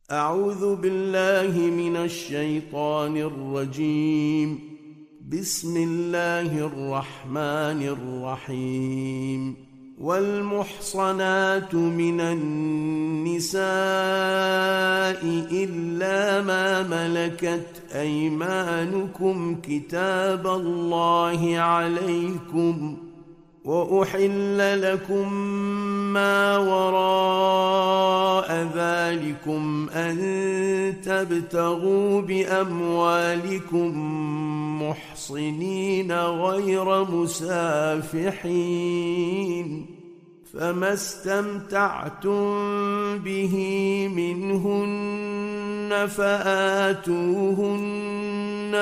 أعوذ بالله من الشيطان الرجيم. بسم الله الرحمن الرحيم. والمحصنات من النساء إلا ما ملكت أيمانكم كتاب الله عليكم، وأحل لكم ما وراء ذلكم أن تبتغوا بأموالكم محصنين غير مسافحين، فما استمتعتم به منهن فآتوهن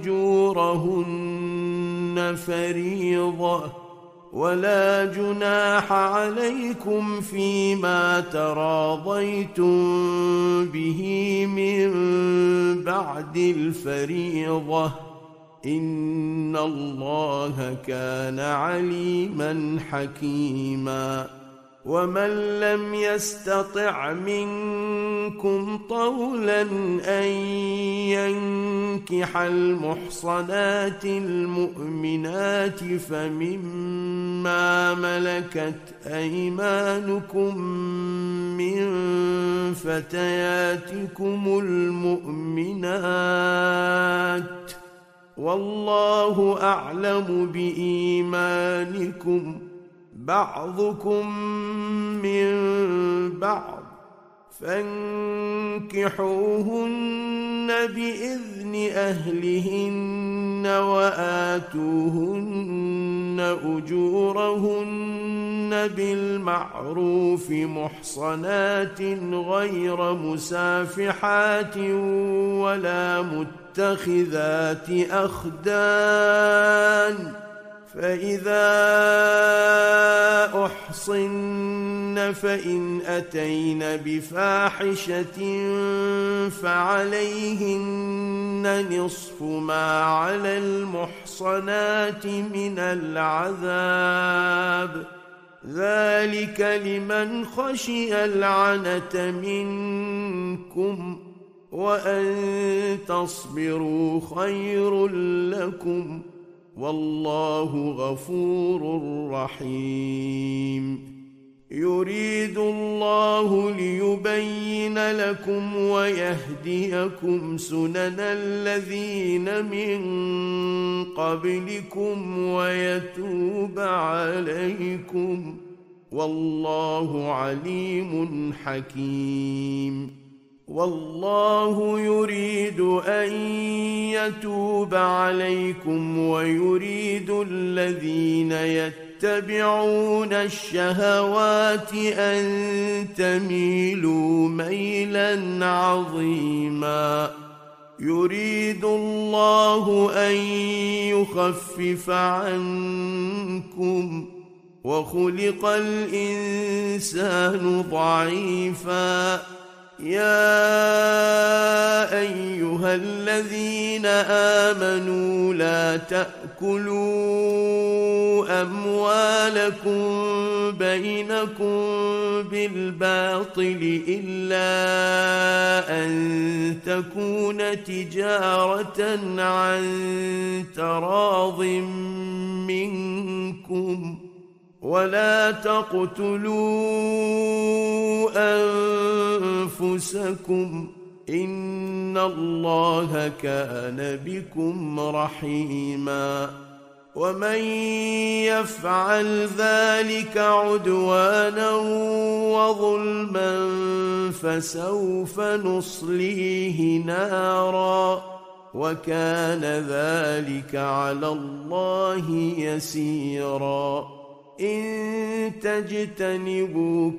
أجورهن فريضة، ولا جناح عليكم فيما تراضيتم به من بعد الفريضة، إن الله كان عليما حكيما. ومن لم يستطع منكم طولا أن ينكح المحصنات المؤمنات فمما ملكت أيمانكم من فتياتكم المؤمنات، والله أعلم بإيمانكم، بعضكم من بعض، فانكحوهن بإذن أهلهن وآتوهن أجورهن بالمعروف محصنات غير مسافحات ولا متخذات أخدان، فإذا أحصن فإن أتين بفاحشة فعليهن نصف ما على المحصنات من العذاب، ذلك لمن خشي العنة منكم، وأن تصبروا خير لكم، والله غفور رحيم. يريد الله ليبين لكم ويهديكم سنن الذين من قبلكم ويتوب عليكم، والله عليم حكيم. والله يريد أن يتوب عليكم ويريد الذين يتبعون الشهوات أن تميلوا ميلا عظيما. يريد الله أن يخفف عنكم، وخلق الإنسان ضعيفا. يا أيها الذين آمنوا لا تأكلوا أموالكم بينكم بالباطل إلا أن تكون تجارة عن تراض منكم، ولا تقتلوا أنفسكم، إن الله كان بكم رحيما. ومن يفعل ذلك عدوانا وظلما فسوف نصليه نارا، وكان ذلك على الله يسيرا. إن تجتنبوا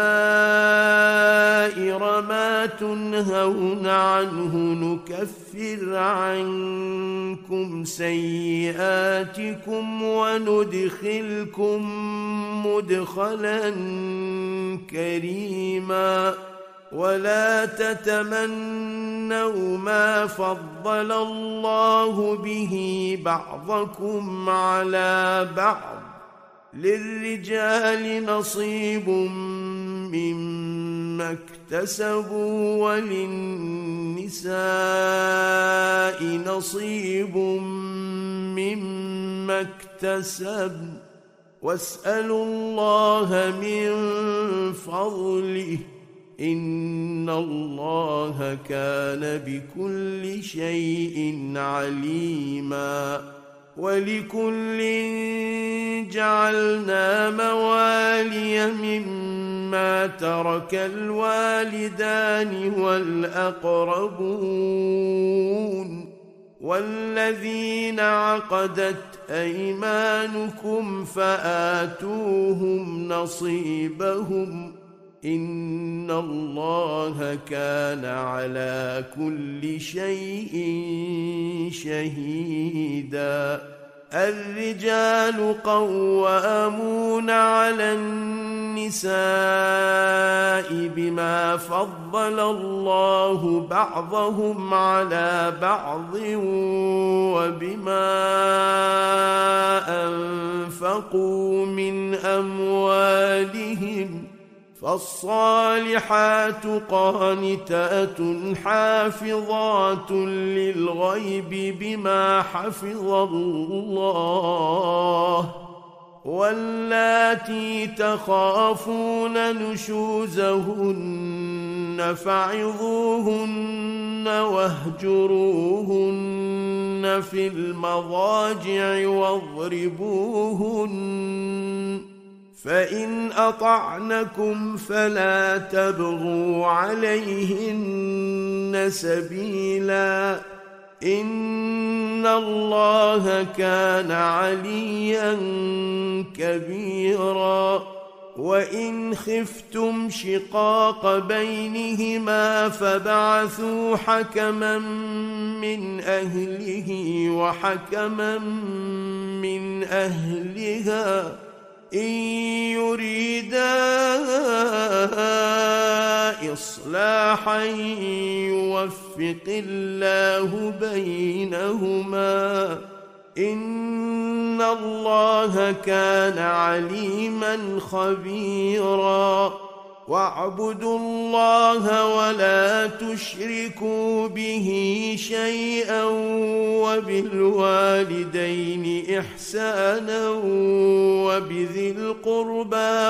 كبائر ما تنهون عنه نكفر عنكم سيئاتكم وندخلكم مدخلا كريما. ولا تتمنوا ما فضل الله به بعضكم على بعض، للرجال نصيب مما مما اكتسبوا وللنساء نصيب مما اكتسبن واسألوا الله من فضله إن الله كان بكل شيء عليما ولكل جعلنا موالي مما ترك الوالدان والأقربون والذين عقدت أيمانكم فآتوهم نصيبهم إن الله كان على كل شيء شهيدا الرجال قوامون على النساء بما فضل الله بعضهم على بعض وبما أنفقوا من أموالهم فالصالحات قانتات حافظات للغيب بما حفظ الله واللاتي تخافون نشوزهن فعظوهن واهجروهن في المضاجع واضربوهن فإن أطعنكم فلا تبغوا عليهن سبيلا إن الله كان عليا كبيرا وإن خفتم شقاق بينهما فبعثوا حكما من أهله وحكما من أهلها إن يريدا إصلاحا يوفق الله بينهما إن الله كان عليما خبيرا واعبدوا الله ولا تشركوا به شيئا وبالوالدين إحسانا وبذي القربى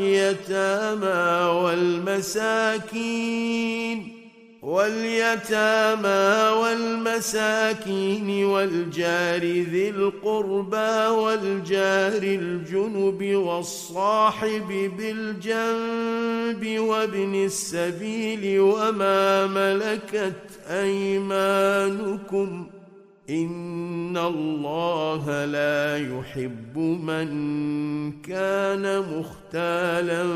واليتامى والمساكين والجار ذي القربى والجار الجنب والصاحب بالجنب وابن السبيل وما ملكت أيمانكم إن الله لا يحب من كان مختالا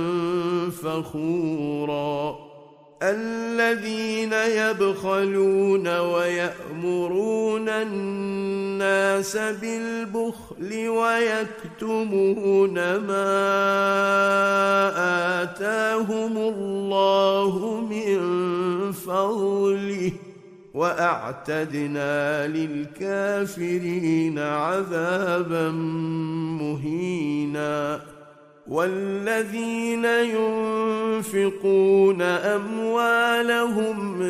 فخورا الذين يبخلون ويأمرون الناس بالبخل ويكتمون ما آتاهم الله من فضله وأعتدنا للكافرين عذابا مهينا والذين ينفقون أموالهم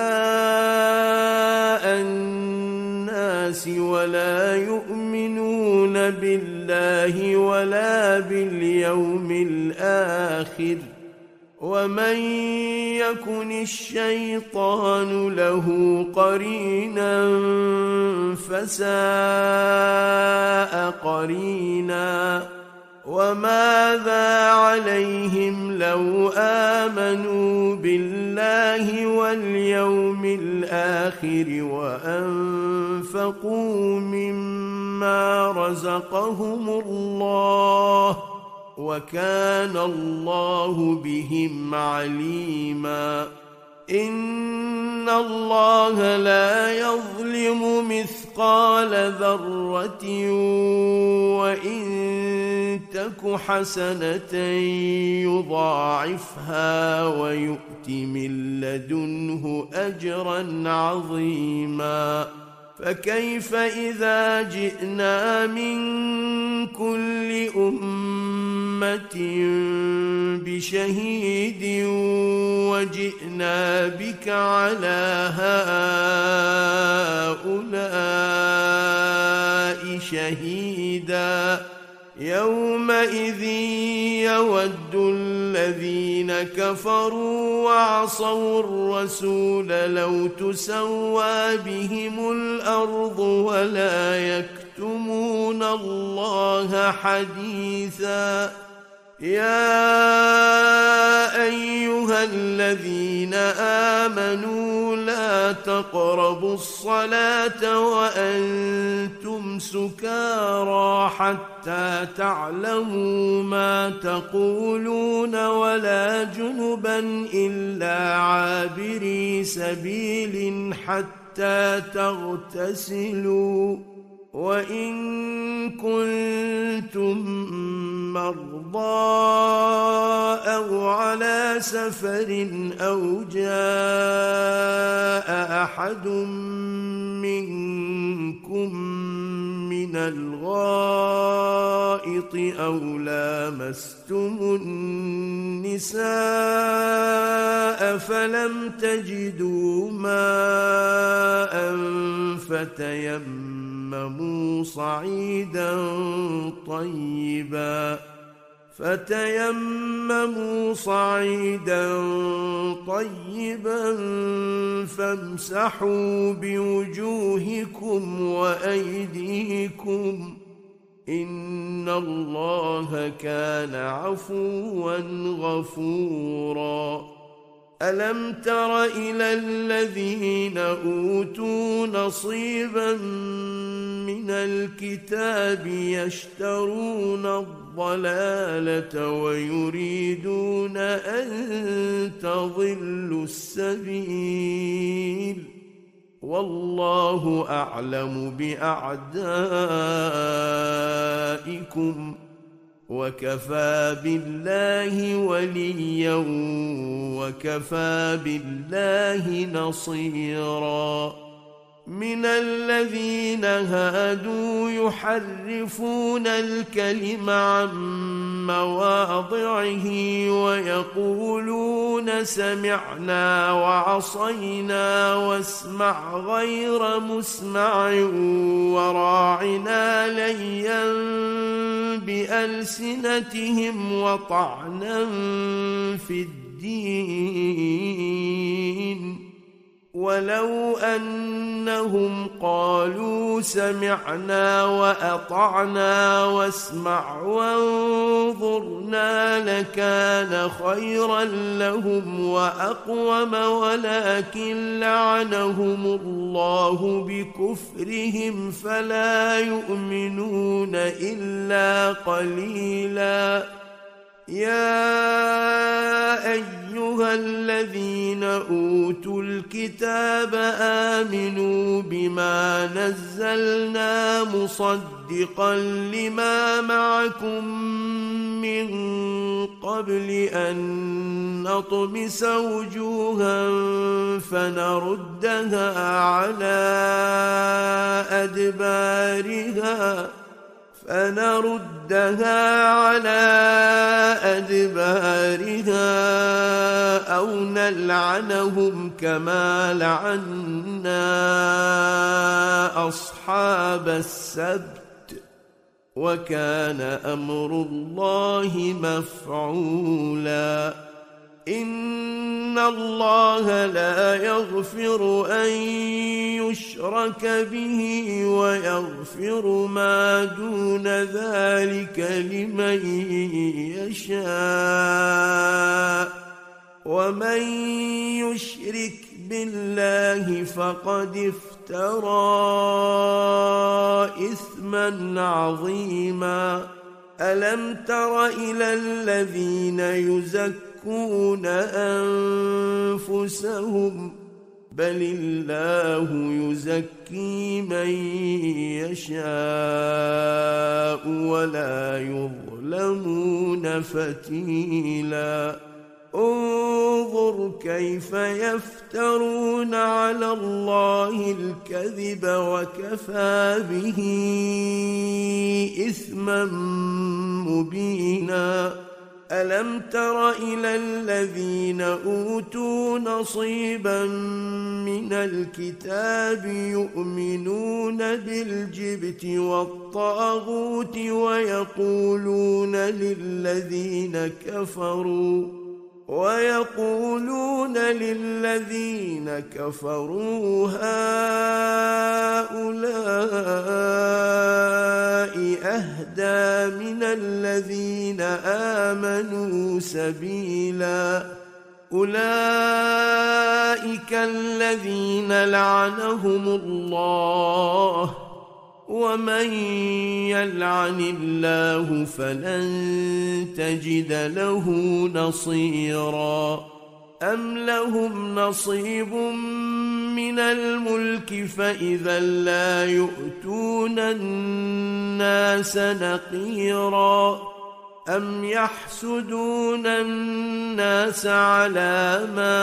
رئاء الناس ولا يؤمنون بالله ولا باليوم الآخر ومن يكن الشيطان له قرينا فساء قرينا وماذا عليهم لو آمنوا بالله واليوم الآخر وأنفقوا مما رزقهم الله وكان الله بهم عليما إن الله لا يظلم مثقال ذرة وإن تك حسنة يضاعفها ويؤت من لدنه أجرا عظيما فكيف إذا جئنا من كل أمة بشهيد وجئنا بك على هؤلاء شهيدا يومئذ يود الذين كفروا وعصوا الرسول لو تسوى بهم الأرض ولا يكتمون الله حديثا يا أيها الذين آمنوا لا تقربوا الصلاة وأنتم سكارى حتى تعلموا ما تقولون ولا جنبا إلا عابري سبيل حتى تغتسلوا وإن كنتم مرضى أو على سفر أو جاء أحد منكم من الغائط أو لامستم النساء فلم تجدوا ماء فتيمموا صعيدا طيبا فامسحوا بوجوهكم وأيديكم إن الله كان عفوا غفورا ألم تر إلى الذين أوتوا نصيبا من الكتاب يشترون الضلالة ويريدون أن تضلوا السبيل والله أعلم بأعدائكم وكفى بالله وليا وكفى بالله نصيرا من الذين هادوا يحرفون الكلم عن مواضعه ويقولون سمعنا وعصينا واسمع غير مسمع وراعنا ليا بألسنتهم وطعنا في الدين ولو أنهم قالوا سمعنا وأطعنا واسمع وانظرنا لكان خيرا لهم وأقوم ولكن لعنهم الله بكفرهم فلا يؤمنون إلا قليلا يا أيها الذين أوتوا الكتاب آمنوا بما نزلنا مصدقا لما معكم من قبل أن نطمس وجوها فنردها على أدبارها أو نلعنهم كما لعنا أصحاب السبت وكان أمر الله مفعولا إن الله لا يغفر أن يشرك به ويغفر ما دون ذلك لمن يشاء ومن يشرك بالله فقد افترى إثما عظيما ألم تر إلى الذين يزكون أنفسهم بل الله يزكي من يشاء ولا يظلمون فتيلا انظر كيف يفترون على الله الكذب وكفى به إثما مبينا ألم تر إلى الذين أوتوا نصيبا من الكتاب يؤمنون بالجبت والطاغوت ويقولون للذين كفروا هؤلاء أهدى من الذين آمنوا سبيلا أولئك الذين لعنهم الله ومن يلعن الله فلن تجد له نصيرا أم لهم نصيب من الملك فإذا لا يؤتون الناس نقيرا أم يحسدون الناس على ما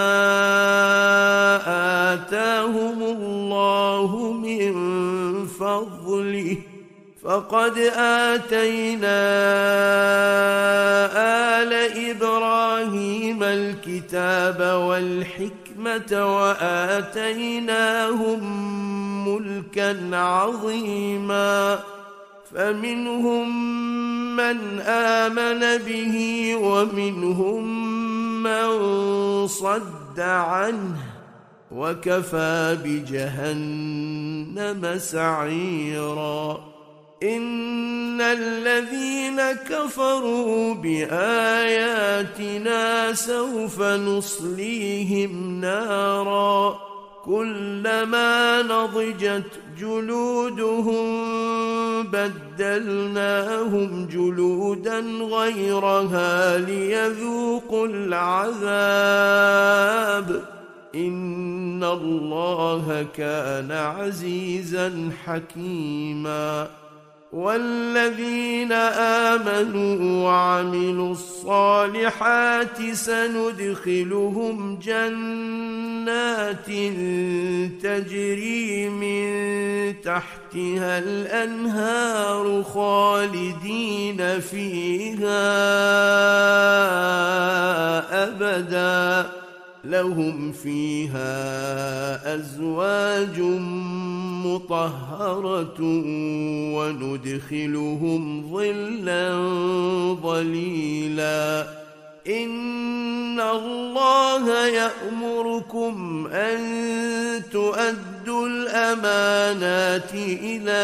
آتاهم الله من فضله فقد آتينا آل إبراهيم الكتاب والحكمة وآتيناهم ملكا عظيما فمنهم من آمن به ومنهم من صد عنه وكفى بجهنم سعيرا إن الذين كفروا بآياتنا سوف نصليهم نارا كلما نضجت جلودهم بدلناهم جلودا غيرها ليذوقوا العذاب إن الله كان عزيزا حكيما والذين آمنوا وعملوا الصالحات سندخلهم جنات تجري من تحتها الأنهار خالدين فيها أبدا لهم فيها أزواج مطهرة وندخلهم ظلا ظليلا إن الله يأمركم أن تؤدوا الأمانات إلى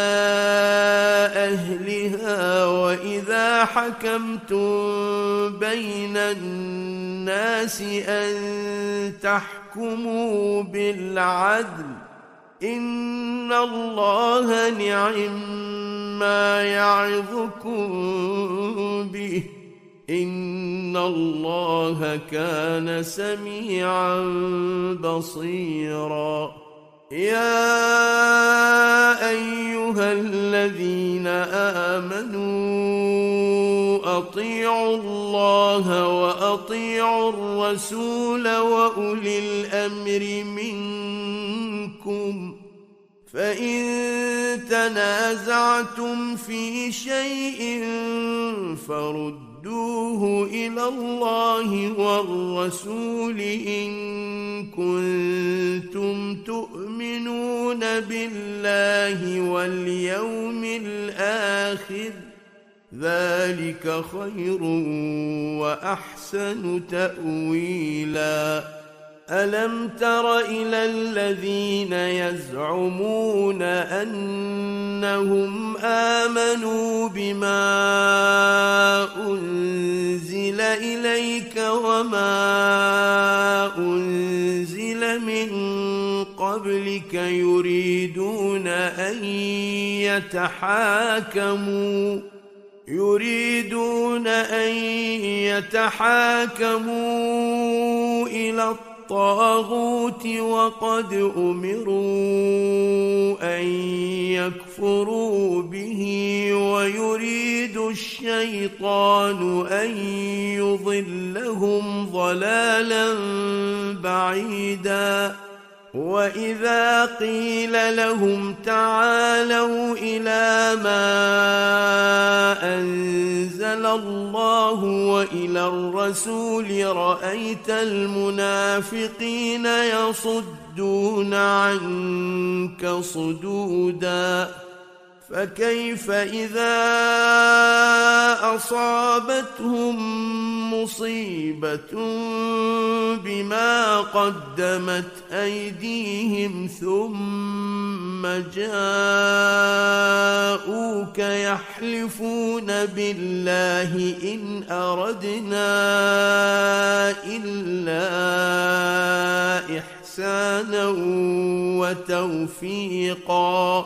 أهلها وإذا حكمتم بين الناس أن تحكموا بالعدل إن الله نعم يعظكم به إن الله كان سميعا بصيرا يا أيها الذين آمنوا أطيعوا الله وأطيعوا الرسول وأولي الأمر منكم فإن تنازعتم في شيء فردوه إلى الله والرسول إن كنتم تؤمنون بالله واليوم الآخر ذلك خير وأحسن تأويلا ألم تر إلى الذين يزعمون أنهم آمنوا بما أنزل إليك وما أنزل من قبلك يريدون أن يتحاكموا إلى الطاغوت الطاغوت وقد أمروا أن يكفروا به ويريد الشيطان أن يضلهم ضلالا بعيدا وإذا قيل لهم تعالوا إلى ما أنزل الله وإلى الرسول رأيت المنافقين يصدون عنك صدودا فكيف إذا أصابتهم مصيبة بما قدمت أيديهم ثم جاءوك يحلفون بالله إن أردنا إلا إحسانا وتوفيقا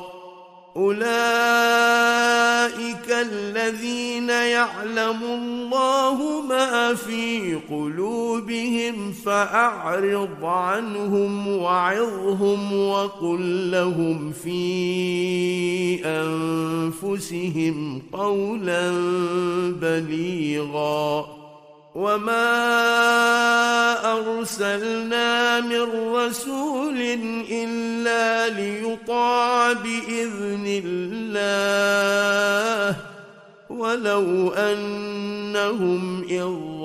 أولئك الذين يعلم الله ما في قلوبهم فأعرض عنهم وعظهم وقل لهم في أنفسهم قولا بليغا وما أرسلنا من رسول إلا ليطاع بإذن الله ولو أنهم إذ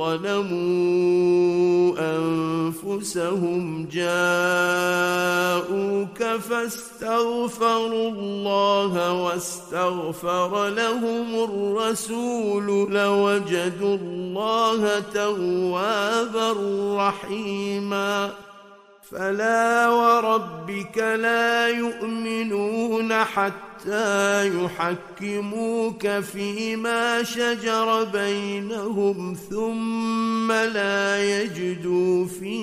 ظلموا أنفسهم جاءوك فاستغفروا الله واستغفر لهم الرسول لوجدوا الله توابا رحيما فلا وربك لا يؤمنون حتى يحكموك فيما شجر بينهم ثم لا يجدوا في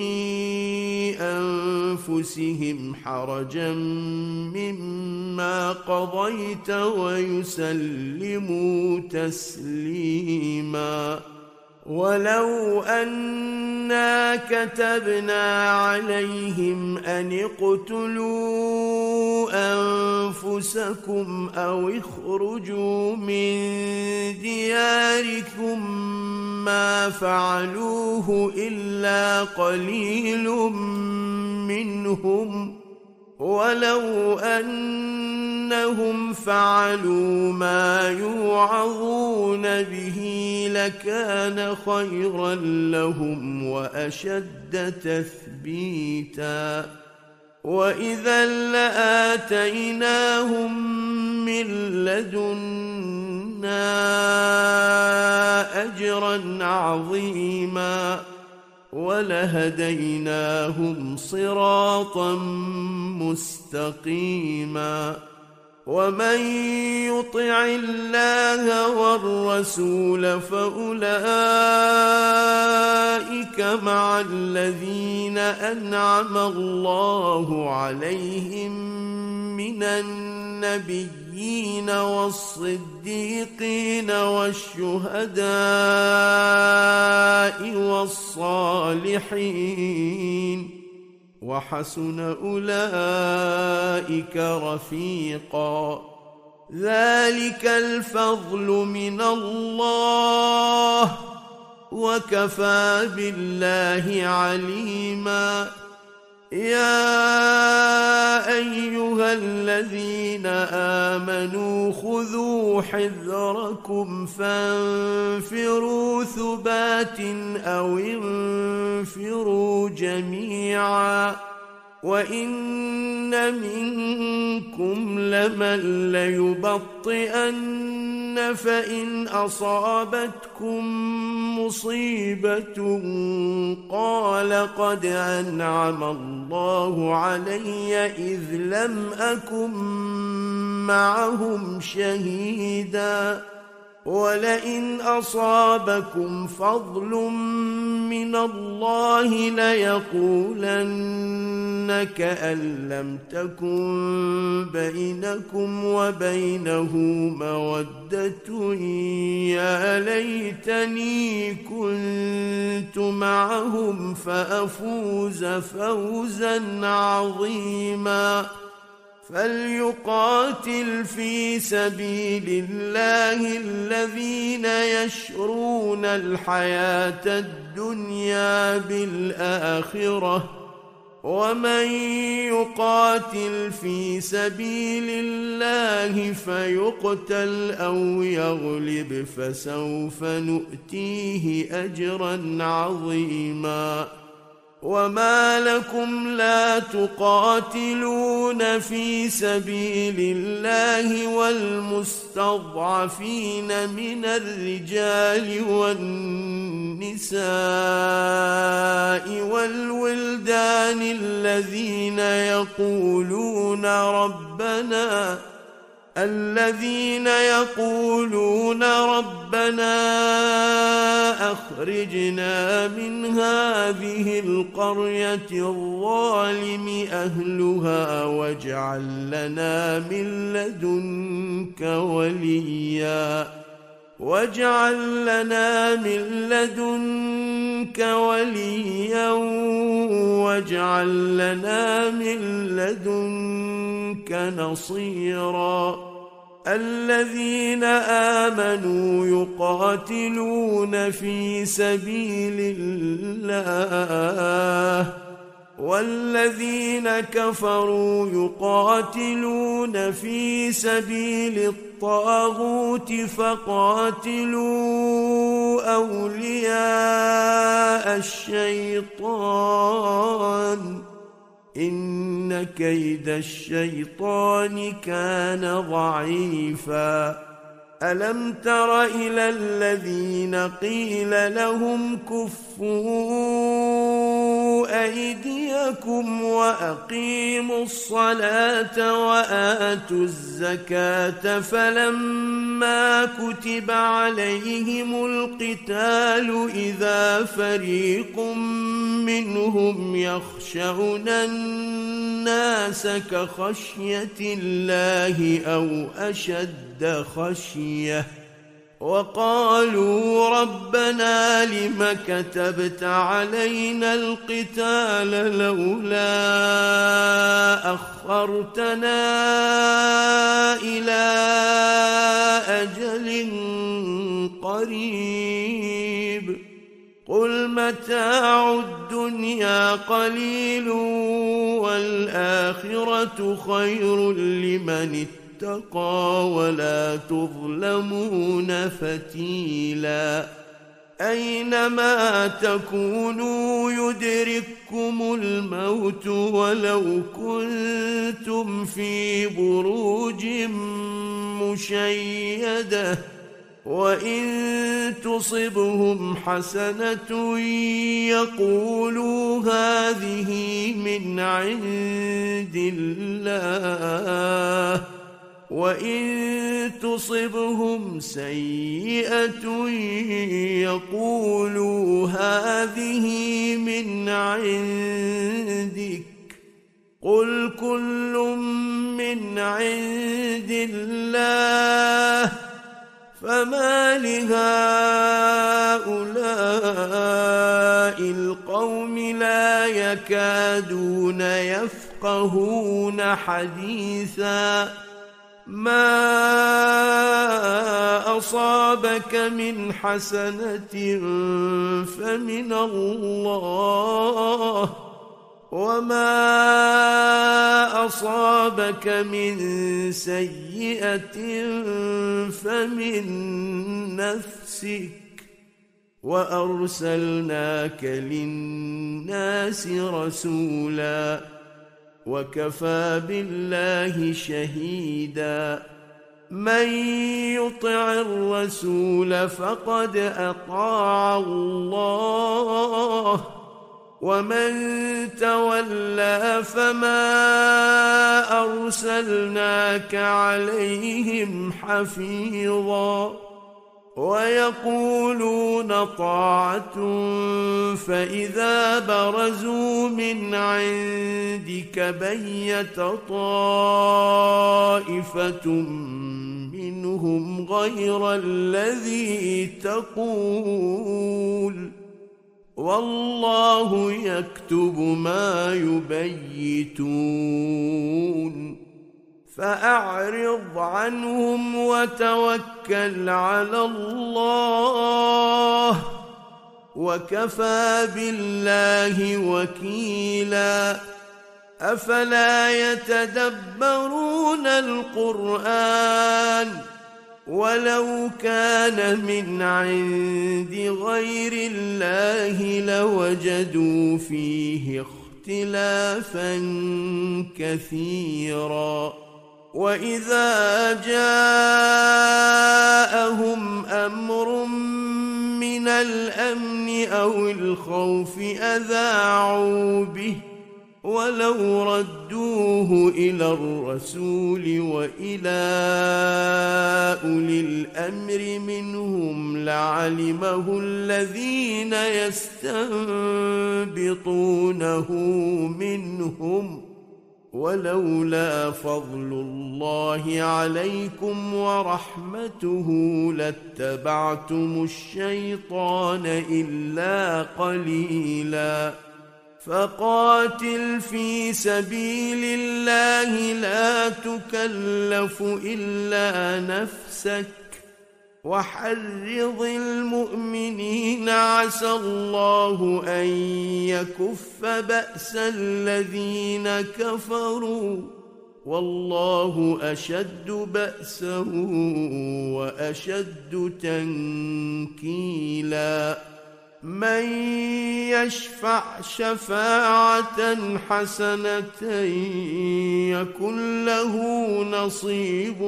أنفسهم حرجا مما قضيت ويسلموا تسليما ولو أنا كتبنا عليهم أن اقتلوا أنفسكم أو اخرجوا من دياركم ما فعلوه إلا قليل منهم ولو أنهم فعلوا ما يوعظون به لكان خيرا لهم وأشد تثبيتا وإذا لآتيناهم من لدنا أجرا عظيما ولهديناهم صراطا مستقيما ومن يطع الله والرسول فأولئك مع الذين أنعم الله عليهم من النبيين والصديقين والشهداء والصالحين وحسن أولئك رفيقا ذلك الفضل من الله وكفى بالله عليما يا أيها الذين آمنوا خذوا حذركم فانفروا ثبات أو انفروا جميعا وإن منكم لمن ليبطئن فإن أصابتكم مصيبة قال قد أنعم الله علي إذ لم أكن معهم شهيدا ولئن أصابكم فضل من الله ليقولن كأن لم تكن بينكم وبينه مودة يا ليتني كنت معهم فأفوز فوزا عظيما فليقاتل في سبيل الله الذين يشرون الحياة الدنيا بالآخرة ومن يقاتل في سبيل الله فيقتل أو يغلب فسوف نؤتيه أجرا عظيما وما لكم لا تقاتلون في سبيل الله والمستضعفين من الرجال والنساء والولدان الذين يقولون ربنا أخرجنا من هذه القرية الظالم أهلها واجعل لنا من لدنك وليا واجعل لنا من لدنك نصيرا الذين آمنوا يقاتلون في سبيل الله والذين كفروا يقاتلون في سبيل الطاغوت فقاتلوا أولياء الشيطان إن كيد الشيطان كان ضعيفا ألم تر إلى الذين قيل لهم كفوا أيديكم وأقيموا الصلاة وآتوا الزكاة فلما كتب عليهم القتال إذا فريق منهم يخشون الناس كخشية الله أو أشد خشية وقالوا ربنا لم كتبت علينا القتال لولا أخرتنا إلى أجل قريب قل متاع الدنيا قليل والآخرة خير لمن اتقى ولا تظلمون فتيلا أينما تكونوا يدرككم الموت ولو كنتم في بروج مشيدة وإن تصبهم حسنة يقولوا هذه من عند الله وإن تصبهم سيئة يقولوا هذه من عندك قل كل من عند الله فما لهؤلاء القوم لا يكادون يفقهون حديثا ما أصابك من حسنة فمن الله وما أصابك من سيئة فمن نفسك وأرسلناك للناس رسولا وكفى بالله شهيدا من يطع الرسول فقد أطاع الله ومن تولى فما أرسلناك عليهم حفيظا ويقولون طاعة فإذا برزوا من عندك بيت طائفة منهم غير الذي تقول والله يكتب ما يبيتون فأعرض عنهم وتوكل على الله وكفى بالله وكيلا أفلا يتدبرون القرآن ولو كان من عند غير الله لوجدوا فيه اختلافا كثيرا وإذا جاءهم أمر من الأمن أو الخوف أذاعوا به ولو ردوه إلى الرسول وإلى أولي الأمر منهم لعلمه الذين يستنبطونه منهم ولولا فضل الله عليكم ورحمته لاتبعتم الشيطان إلا قليلا فقاتل في سبيل الله لا تكلف إلا نفسك وحرض المؤمنين عسى الله أن يكف بأس الذين كفروا والله أشد بأسا وأشد تنكيلا من يشفع شفاعة حسنة يكن له نصيب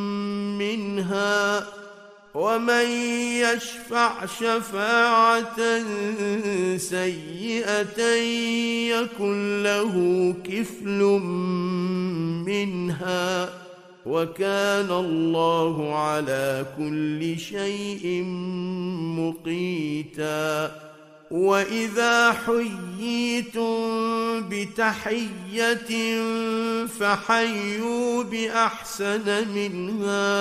منها ومن يشفع شفاعة سيئة يكن له كفل منها وكان الله على كل شيء مقيتا وإذا حييتم بتحية فحيوا بأحسن منها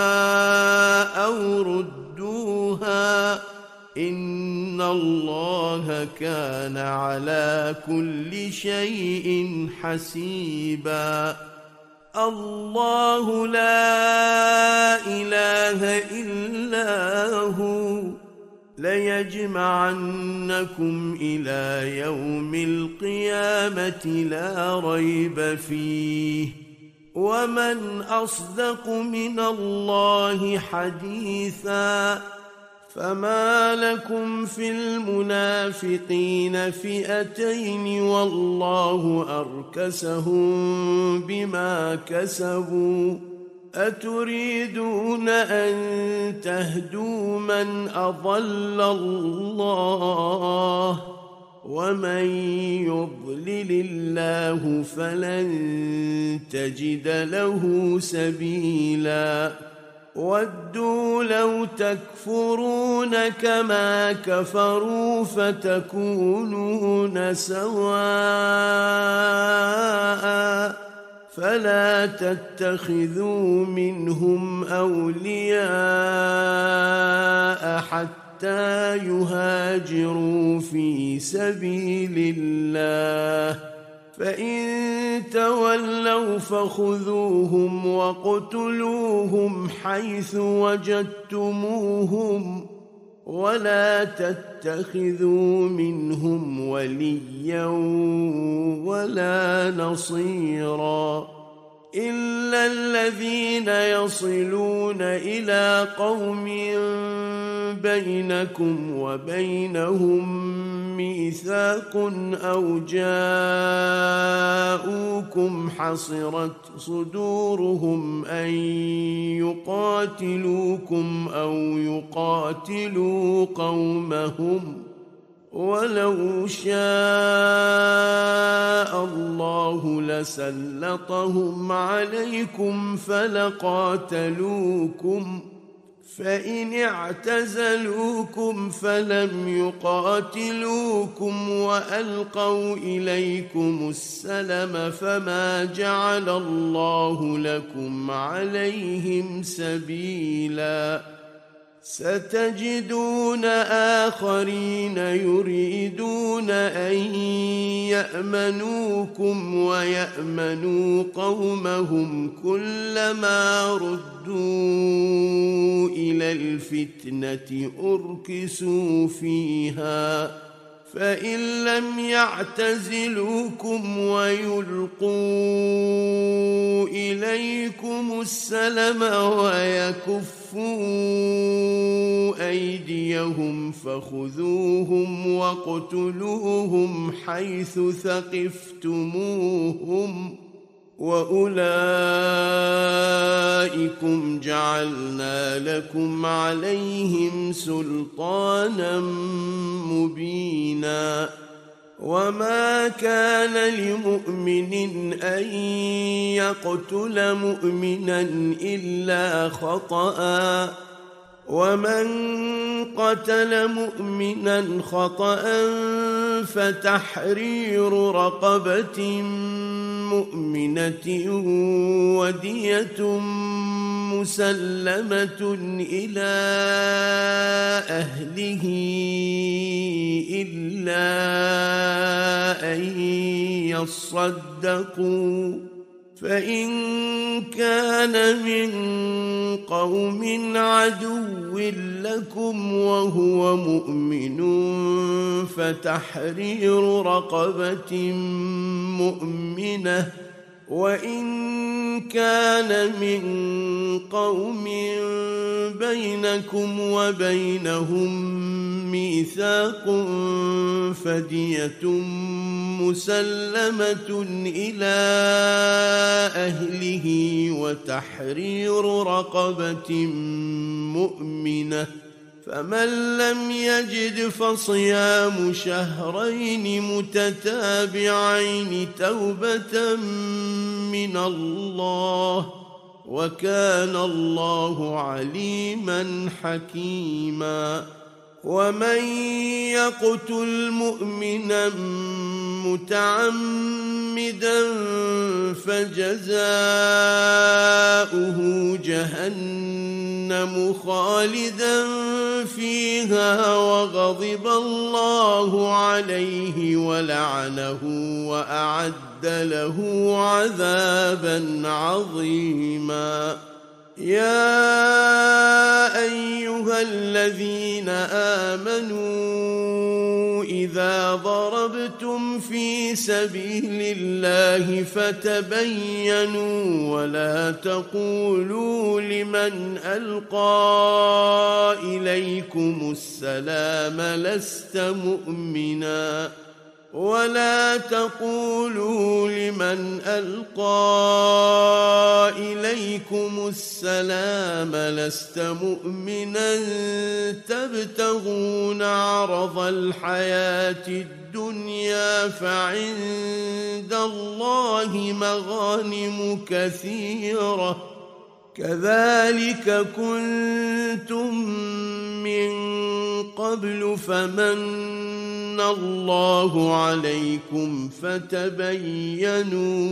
أو ردوها إن الله كان على كل شيء حسيبا الله لا إله إلا هو ليجمعنكم إلى يوم القيامة لا ريب فيه ومن أصدق من الله حديثا فما لكم في المنافقين فئتين والله أركسهم بما كسبوا أتريدون أن تهدوا من أضل الله ومن يضلل الله فلن تجد له سبيلا ودوا لو تكفرون كما كفروا فتكونون سواء فلا تتخذوا منهم أولياء حتى يهاجروا في سبيل الله فإن تولوا فخذوهم وَاقْتُلُوهُمْ حيث وجدتموهم ولا تتخذوا منهم وليا ولا نصيرا إلا الذين يصلون إلى قوم بينكم وبينهم ميثاق أو جاءوكم حصرت صدورهم أن يقاتلوكم أو يقاتلوا قومهم ولو شاء الله لسلطهم عليكم فإن اعتزلوكم فلم يقاتلوكم وألقوا إليكم السلم فما جعل الله لكم عليهم سبيلا ستجدون آخرين يريدون أن يأمنوكم ويأمنوا قومهم كلما ردوا إلى الفتنة أركسوا فيها فإن لم يعتزلوكم ويلقوا إليكم السلم ويكفوا أيديهم فخذوهم واقتلوهم حيث ثقفتموهم وأولئكم جعلنا لكم عليهم سلطانا مبينا وما كان لمؤمن أن يقتل مؤمنا إلا خطأ ومن قتل مؤمنا خطأ فتحرير رقبة مؤمنة ودية مسلمة إلى أهله إلا أن يصدقوا فإن كان من قوم عدو لكم وهو مؤمن فتحرير رقبة مؤمنة وإن كان من قوم بينكم وبينهم ميثاق فدية مسلمة إلى أهله وتحرير رقبة مؤمنة فمن لم يجد فصيام شهرين متتابعين توبة من الله وكان الله عليما حكيما ومن يقتل مؤمنا متعمدا فجزاؤه جهنم خالدا فيها وغضب الله عليه ولعنه وأعد له عذابا عظيما يا أيها الذين آمنوا إذا ضربتم في سبيل الله فتبينوا ولا تقولوا لمن ألقى إليكم السلام لست مؤمنا ولا تقولوا لمن ألقى إليكم السلام لست مؤمنا تبتغون عرض الحياة الدنيا فعند الله مغانم كثيرة كذلك كنتم من قبل فمن الله عليكم فتبينوا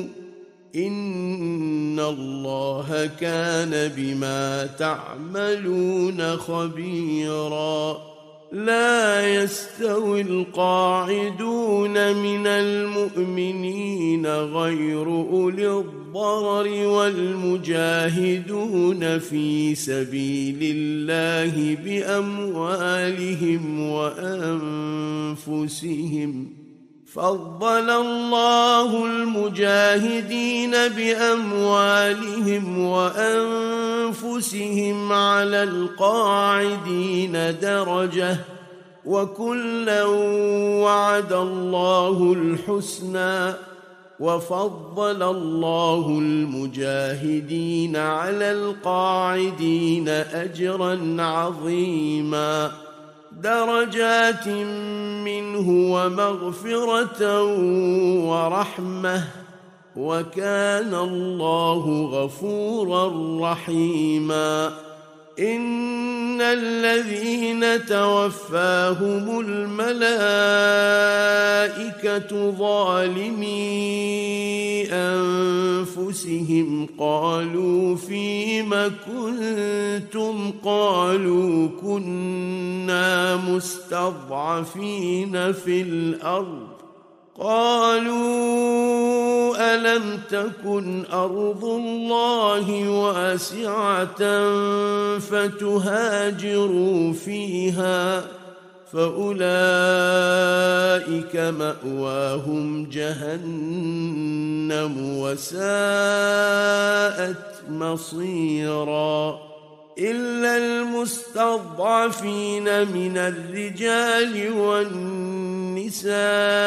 إن الله كان بما تعملون خبيرا لا يستوي القاعدون من المؤمنين غير أولي الضرر والمجاهدون في سبيل الله بأموالهم وأنفسهم فضل الله المجاهدين بأموالهم وأنفسهم على القاعدين درجة وكلا وعد الله الحسنى وفضل الله المجاهدين على القاعدين أجرا عظيما درجات منه ومغفرة ورحمة وكان الله غفورا رحيما إن الذين توفاهم الملائكة ظالمي أنفسهم قالوا فيم كنتم قالوا كنا مستضعفين في الأرض قالوا ألم تكن أرض الله واسعة فتهاجروا فيها فأولئك مأواهم جهنم وساءت مصيرا إلا المستضعفين من الرجال والنساء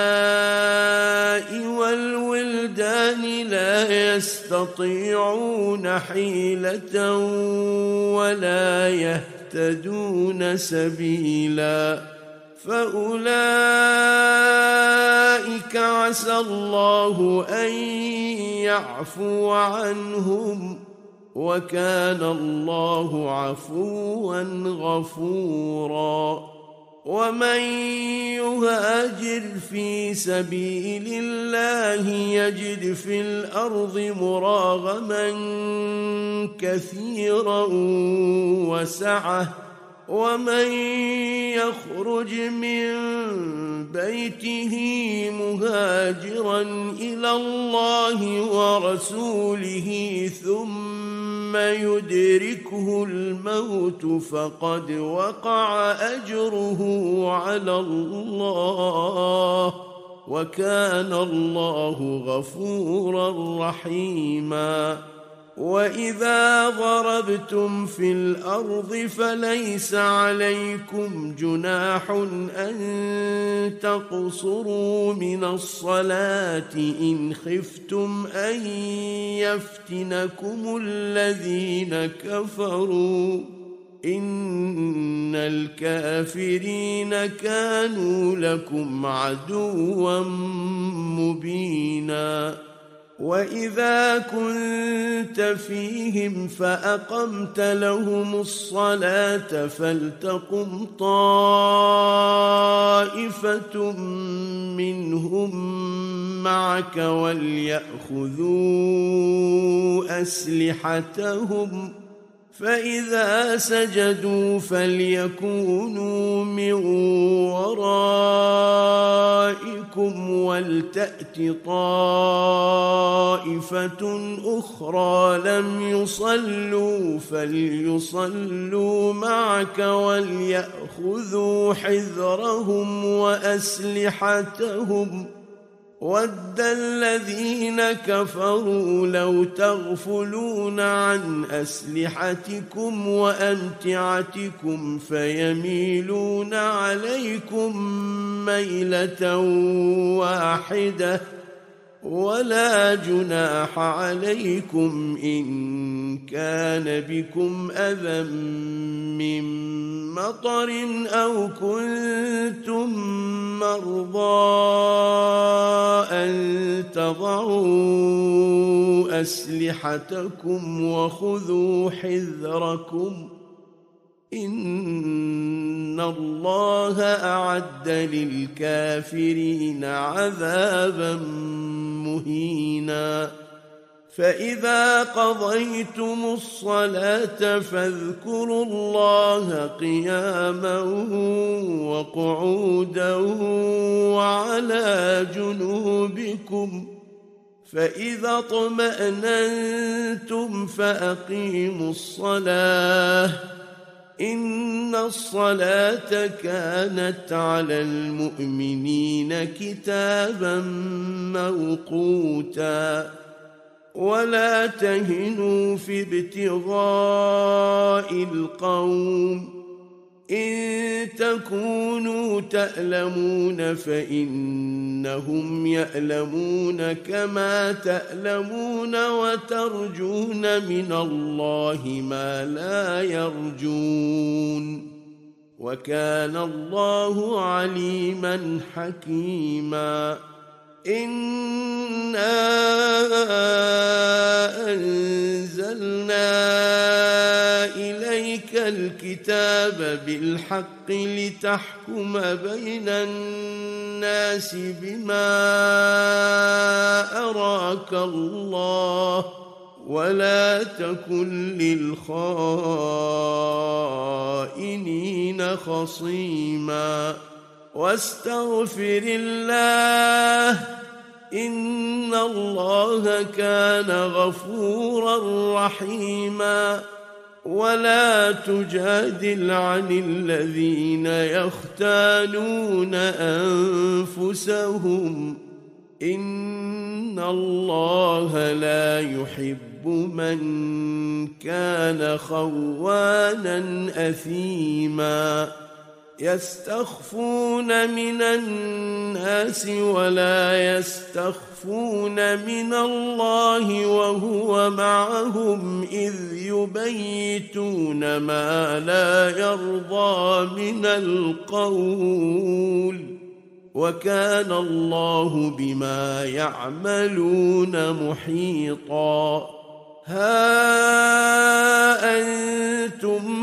والولدان لا يستطيعون حيلة ولا يهتدون سبيلا فأولئك عسى الله أن يعفو عنهم وكان الله عفوا غفورا ومن يهاجر في سبيل الله يجد في الأرض مراغما كثيرا وسعة ومن يخرج من بيته مهاجرا إلى الله ورسوله ثم يدركه الموت فقد وقع أجره على الله وكان الله غفورا رحيما وإذا ضربتم في الأرض فليس عليكم جناح أن تقصروا من الصلاة إن خفتم أن يفتنكم الذين كفروا إن الكافرين كانوا لكم عدوا مبينا وإذا كنت فيهم فأقمت لهم الصلاة فلتقم طائفة منهم معك وليأخذوا أسلحتهم فإذا سجدوا فليكونوا من ورائكم ولتأت طائفة أخرى لم يصلوا فليصلوا معك وليأخذوا حذرهم وأسلحتهم ود الذين كفروا لو تغفلون عن أسلحتكم وأمتعتكم فيميلون عليكم ميلة واحدة ولا جناح عليكم إن كان بكم أذى من مطر أو كنتم مرضى أن تضعوا أسلحتكم وخذوا حذركم إن الله أعد للكافرين عذابا مهينا فإذا قضيتم الصلاة فاذكروا الله قياما وقعودا وعلى جنوبكم فإذا اطمأننتم فأقيموا الصلاة إن الصلاة كانت على المؤمنين كتابا موقوتا ولا تهنوا في ابتغاء القوم إن تكونوا تألمون فإنهم يألمون كما تألمون وترجون من الله ما لا يرجون وكان الله عليما حكيما إنا أنزلنا إليك الكتاب بالحق لتحكم بين الناس بما أراك الله ولا تكن للخائنين خصيما واستغفر الله إن الله كان غفورا رحيما ولا تجادل عن الذين يختانون أنفسهم إن الله لا يحب من كان خوانا أثيما يستخفون من الناس ولا يستخفون من الله وهو معهم إذ يبيتون ما لا يرضى من القول وكان الله بما يعملون محيطا ها أنتم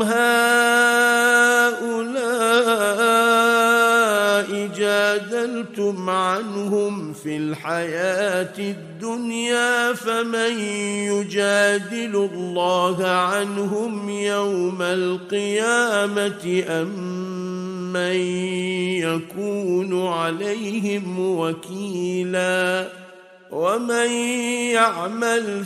هؤلاء جادلتم عنهم في الحياة الدنيا فمن يجادل الله عنهم يوم القيامة أم من يكون عليهم وكيلا ومن يعمل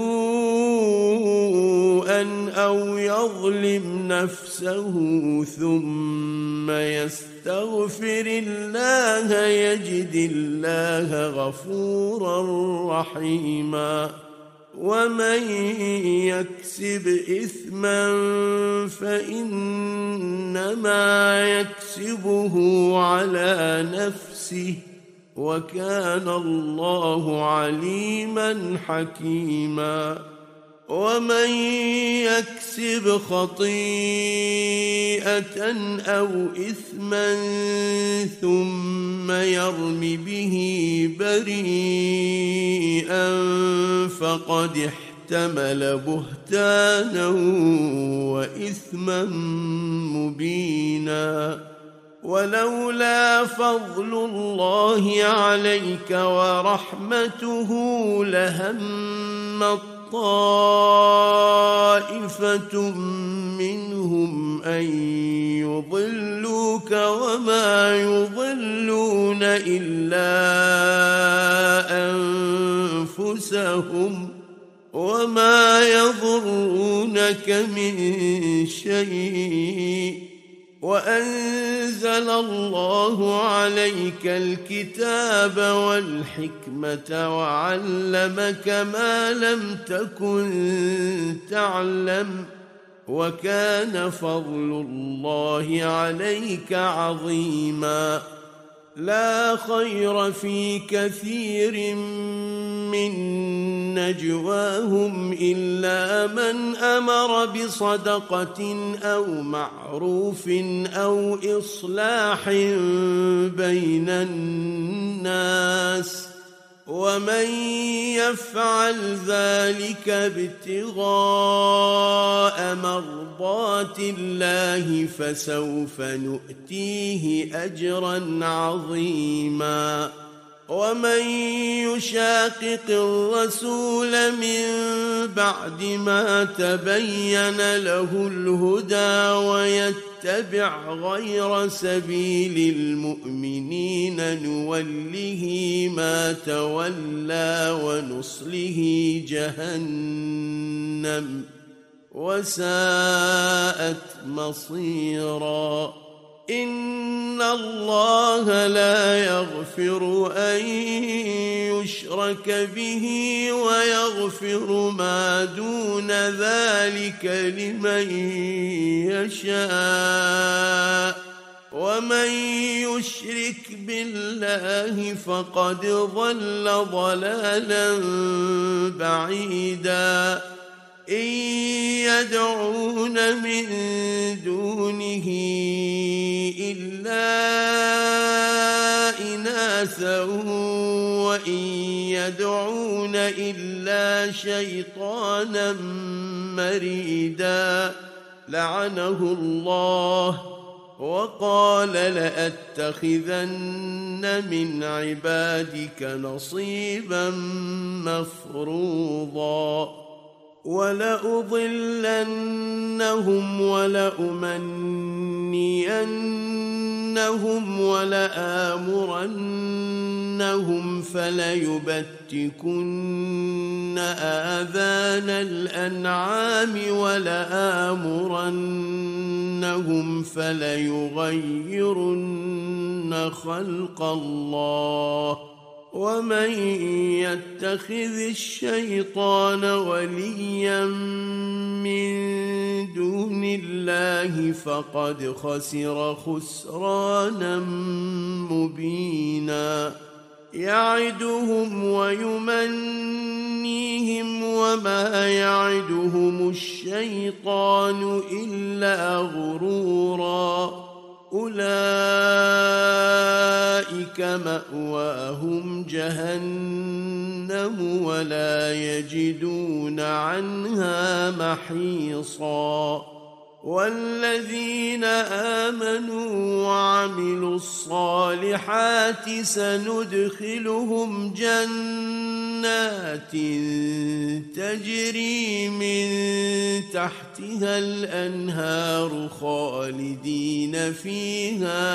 سوءا أو يظلم نفسه ثم يستغفر الله يجد الله غفورا رحيما ومن يكسب إثما فإنما يكسبه على نفسه وكان الله عليما حكيما ومن يكسب خطيئة أو إثما ثم يرم به بريئا فقد احتمل بهتانا وإثما مبينا ولولا فضل الله عليك ورحمته لهم طائفة منهم أن يضلوك وما يضلون إلا أنفسهم وما يضرونك من شيء وأنزل الله عليك الكتاب والحكمة وعلمك ما لم تكن تعلم وكان فضل الله عليك عظيما لا خير في كثير من نجواهم إلا من أمر بصدقة أو معروف أو إصلاح بين الناس ومن يفعل ذلك ابتغاء مرضات الله فسوف نؤتيه أجرا عظيما ومن يشاقق الرسول من بعد ما تبين له الهدى ويتبع غير سبيل المؤمنين نوله ما تولى ونصله جهنم وساءت مصيرا إن الله لا يغفر أن يشرك به ويغفر ما دون ذلك لمن يشاء ومن يشرك بالله فقد ضل ضلالا بعيدا إن يدعون من دونه إلا إناثا وإن يدعون إلا شيطانا مريدا لعنه الله وقال لأتخذن من عبادك نصيبا مفروضا ولأضلنهم ولأمنينهم ولآمرنهم فليبتكن آذان الأنعام ولآمرنهم فليغيرن خلق الله ومن يتخذ الشيطان وليا من دون الله فقد خسر خسرانا مبينا يعدهم ويمنيهم وما يعدهم الشيطان إلا غرورا أولئك مأواهم جهنم ولا يجدون عنها محيصا والذين آمنوا وعملوا الصالحات سندخلهم جنات تجري من تحتها الأنهار خالدين فيها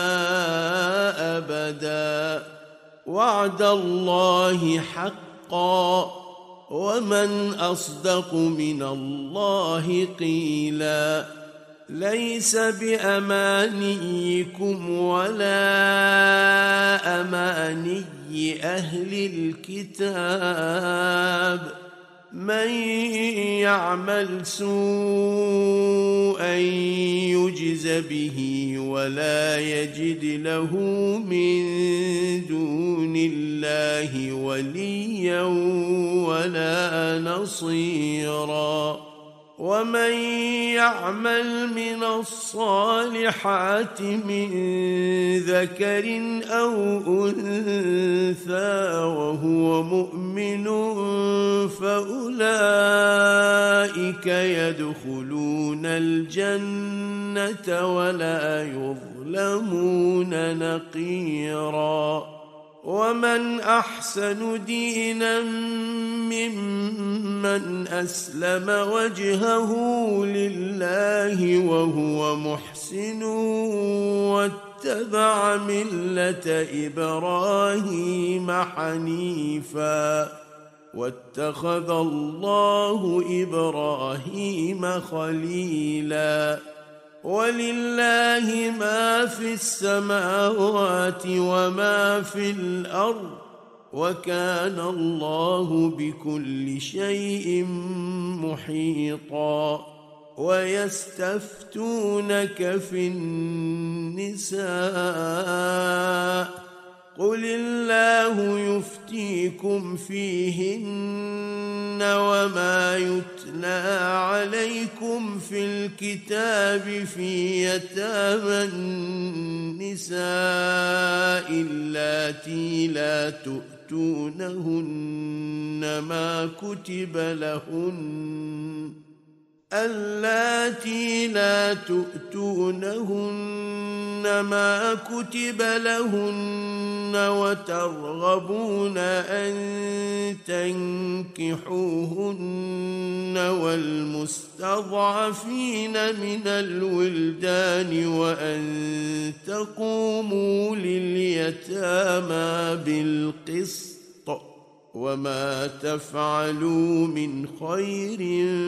أبدا وعد الله حقا ومن أصدق من الله قيلا ليس بأمانيكم ولا أماني أهل الكتاب من يعمل سوءا يجز به ولا يجد له من دون الله وليا ولا نصيرا ومن يعمل من الصالحات من ذكر أو أنثى وهو مؤمن فأولئك يدخلون الجنة ولا يظلمون نقيرا ومن أحسن دينا ممن أسلم وجهه لله وهو محسن واتبع ملة إبراهيم حنيفا واتخذ الله إبراهيم خليلا ولله ما في السماوات وما في الأرض وكان الله بكل شيء محيطا ويستفتونك في النساء قل الله يفتيكم فيهن وما يتلى عليكم في الكتاب في يتامى النساء اللاتي لا تؤتونهن ما كتب لهن اللاتي لا تؤتونهن ما كتب لهن وترغبون أن تنكحوهن والمستضعفين من الولدان وأن تقوموا لليتامى بالقسط وما تفعلوا من خير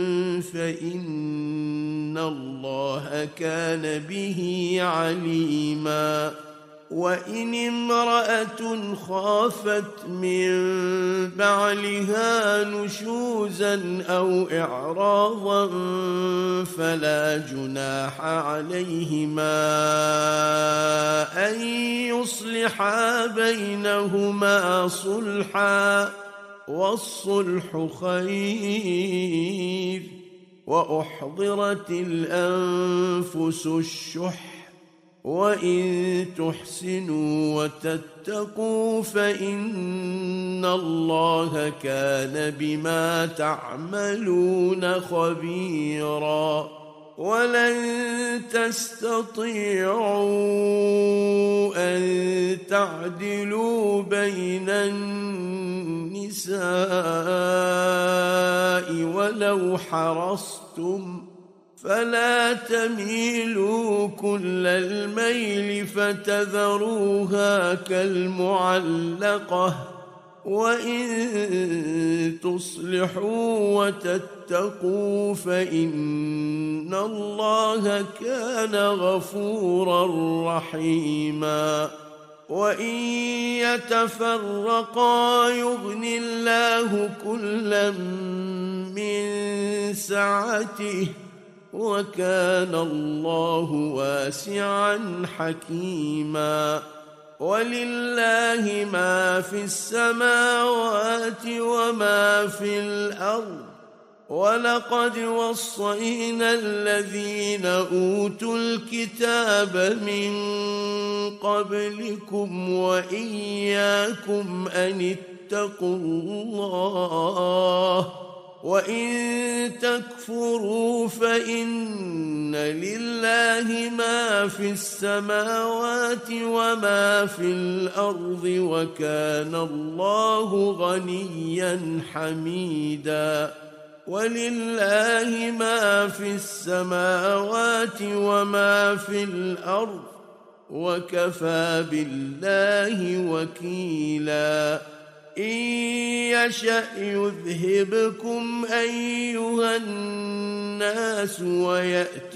فإن الله كان به عليما وإن امرأة خافت من بعلها نشوزا أو إعراضا فلا جناح عليهما أن يصلحا بينهما صلحا والصلح خير وأحضرت الأنفس الشح وإن تحسنوا وتتقوا فإن الله كان بما تعملون خبيرا ولن تستطيعوا أن تعدلوا بين النساء ولو حرصتم، فلا تميلوا كل الميل فتذروها كالمعلقة، وإن تصلحوا وتتقوا فإن الله كان غفورا رحيما. وإن يتفرقا يغن الله كلا من سعته، وكان الله واسعا حكيما. ولله ما في السماوات وما في الأرض، ولقد وصينا الذين أوتوا الكتاب من قبلكم وإياكم أن اتقوا الله، وإن تكفروا فإن لله ما في السماوات وما في الأرض، وكان الله غنيا حميدا. ولله ما في السماوات وما في الأرض، وكفى بالله وكيلا. إن يشأ يذهبكم أيها الناس ويأت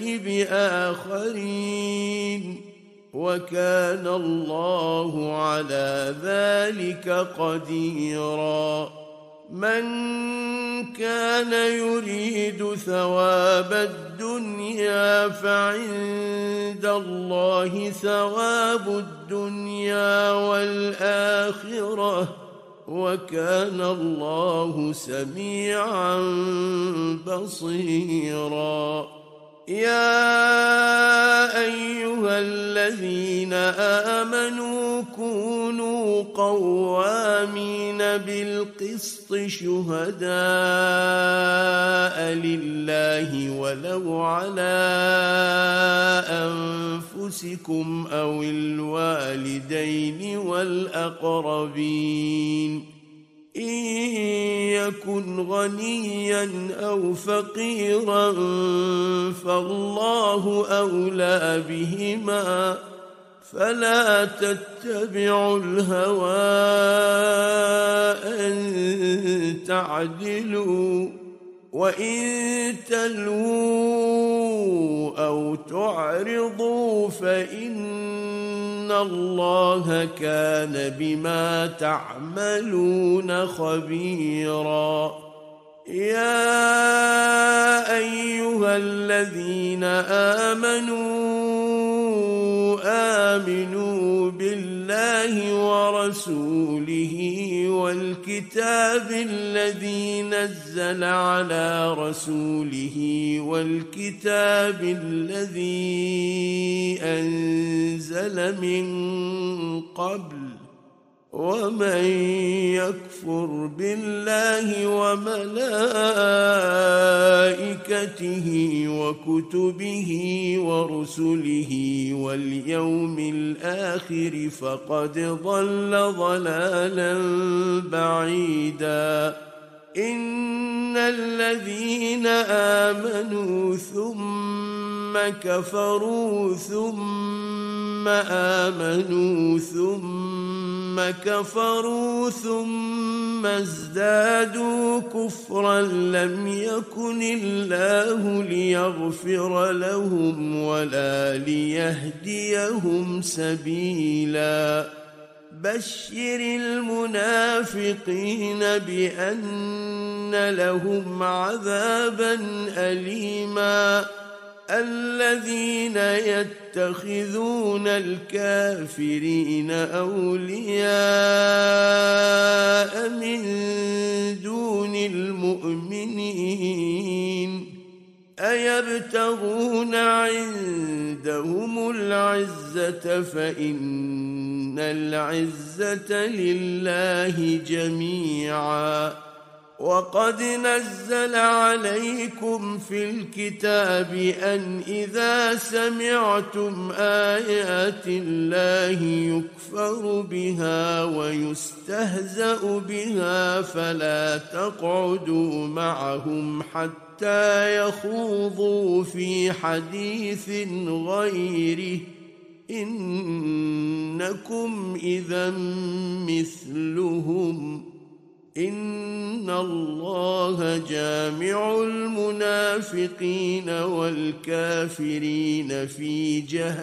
بآخرين، وكان الله على ذلك قديرا. من كان يريد ثواب الدنيا فعند الله ثواب الدنيا والآخرة، وكان الله سميعا بصيرا. يا أيها الذين آمنوا كونوا قوامين بالقسط شهداء لله ولو على أنفسكم أو الوالدين والأقربين، إن يكن غنيا أو فقيرا فالله أولى بهما، فلا تتبعوا الهوى أن تعدلوا، وإن تلووا أو تعرضوا فإن الله كان بما تعملون خبيرا. يا أيها الذين آمنوا بالله ورسوله والكتاب الذي نزل على رسوله والكتاب الذي أنزل من قبل، ومن يكفر بالله وملائكته وكتبه ورسله واليوم الآخر فقد ضل ضلالا بعيدا. إن الذين آمنوا ثم كفروا ثم آمنوا ثم كفروا ثم ازدادوا كفرا لم يكن الله ليغفر لهم ولا ليهديهم سبيلا. بشر المنافقين بأن لهم عذابا أليما. الذين يتخذون الكافرين أولياء من دون المؤمنين، أيبتغون عندهم العزة فإن العزة لله جميعا. وقد نزل عليكم في الكتاب أن إذا سمعتم آيات الله يكفر بها ويستهزأ بها فلا تقعدوا معهم حتى يخوضوا في حديث غيره إنكم إذا مثلهم إن الله جامع المنافقين والكافرين في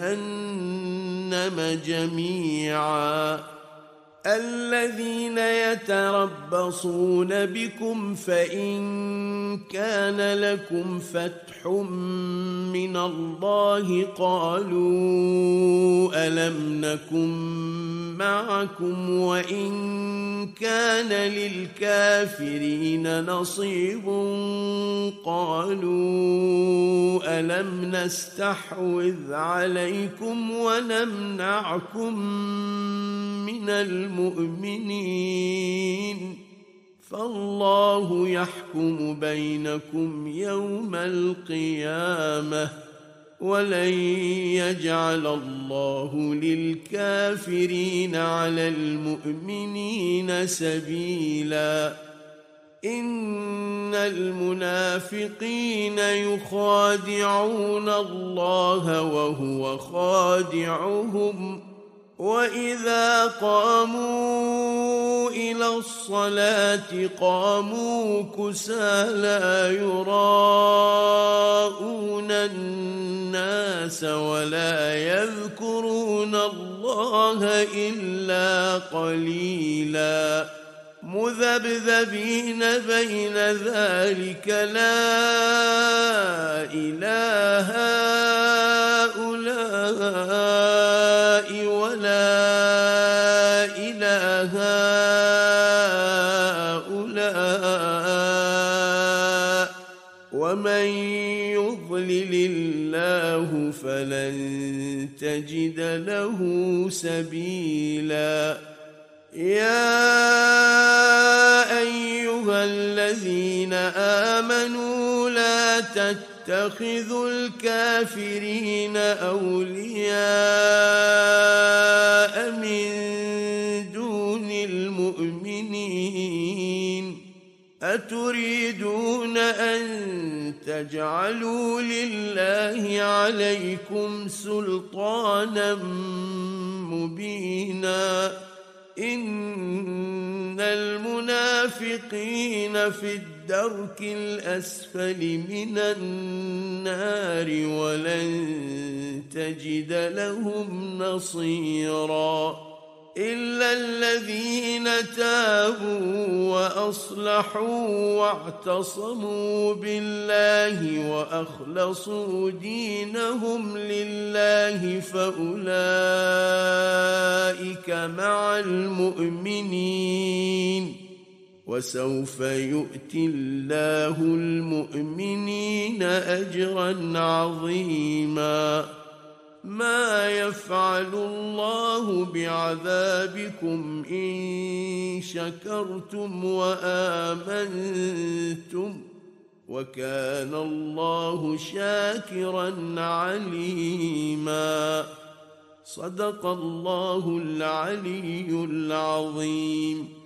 جهنم جميعا الذين يتربصون بكم فإن كان لكم فتح من الله قالوا ألم نكن معكم وإن كان للكافرين نصيب قالوا ألم نستحوذ عليكم ونمنعكم من المؤمنين فالله يحكم بينكم يوم القيامة ولن يجعل الله للكافرين على المؤمنين سبيلا إن المنافقين يخادعون الله وهو خادعهم وإذا قاموا إلى الصلاة قاموا كسالى يراءون الناس ولا يذكرون الله إلا قليلا مذبذبين بين ذلك لا إله هؤلاء ولا إله هؤلاء ومن يضلل الله فلن تجد له سبيلا يا أيها الذين آمنوا لا تتخذوا الكافرين أولياء من دون المؤمنين أتريدون أن تجعلوا لله عليكم سلطانا مبينا إن المنافقين في الدرك الأسفل من النار ولن تجد لهم نصيرا إلا الذين تابوا وأصلحوا واعتصموا بالله وأخلصوا دينهم لله فأولئك مع المؤمنين وسوف يؤتي الله المؤمنين أجرا عظيما ما يفعل الله بعذابكم إن شكرتم وآمنتم وكان الله شاكرا عليما صدق الله العلي العظيم.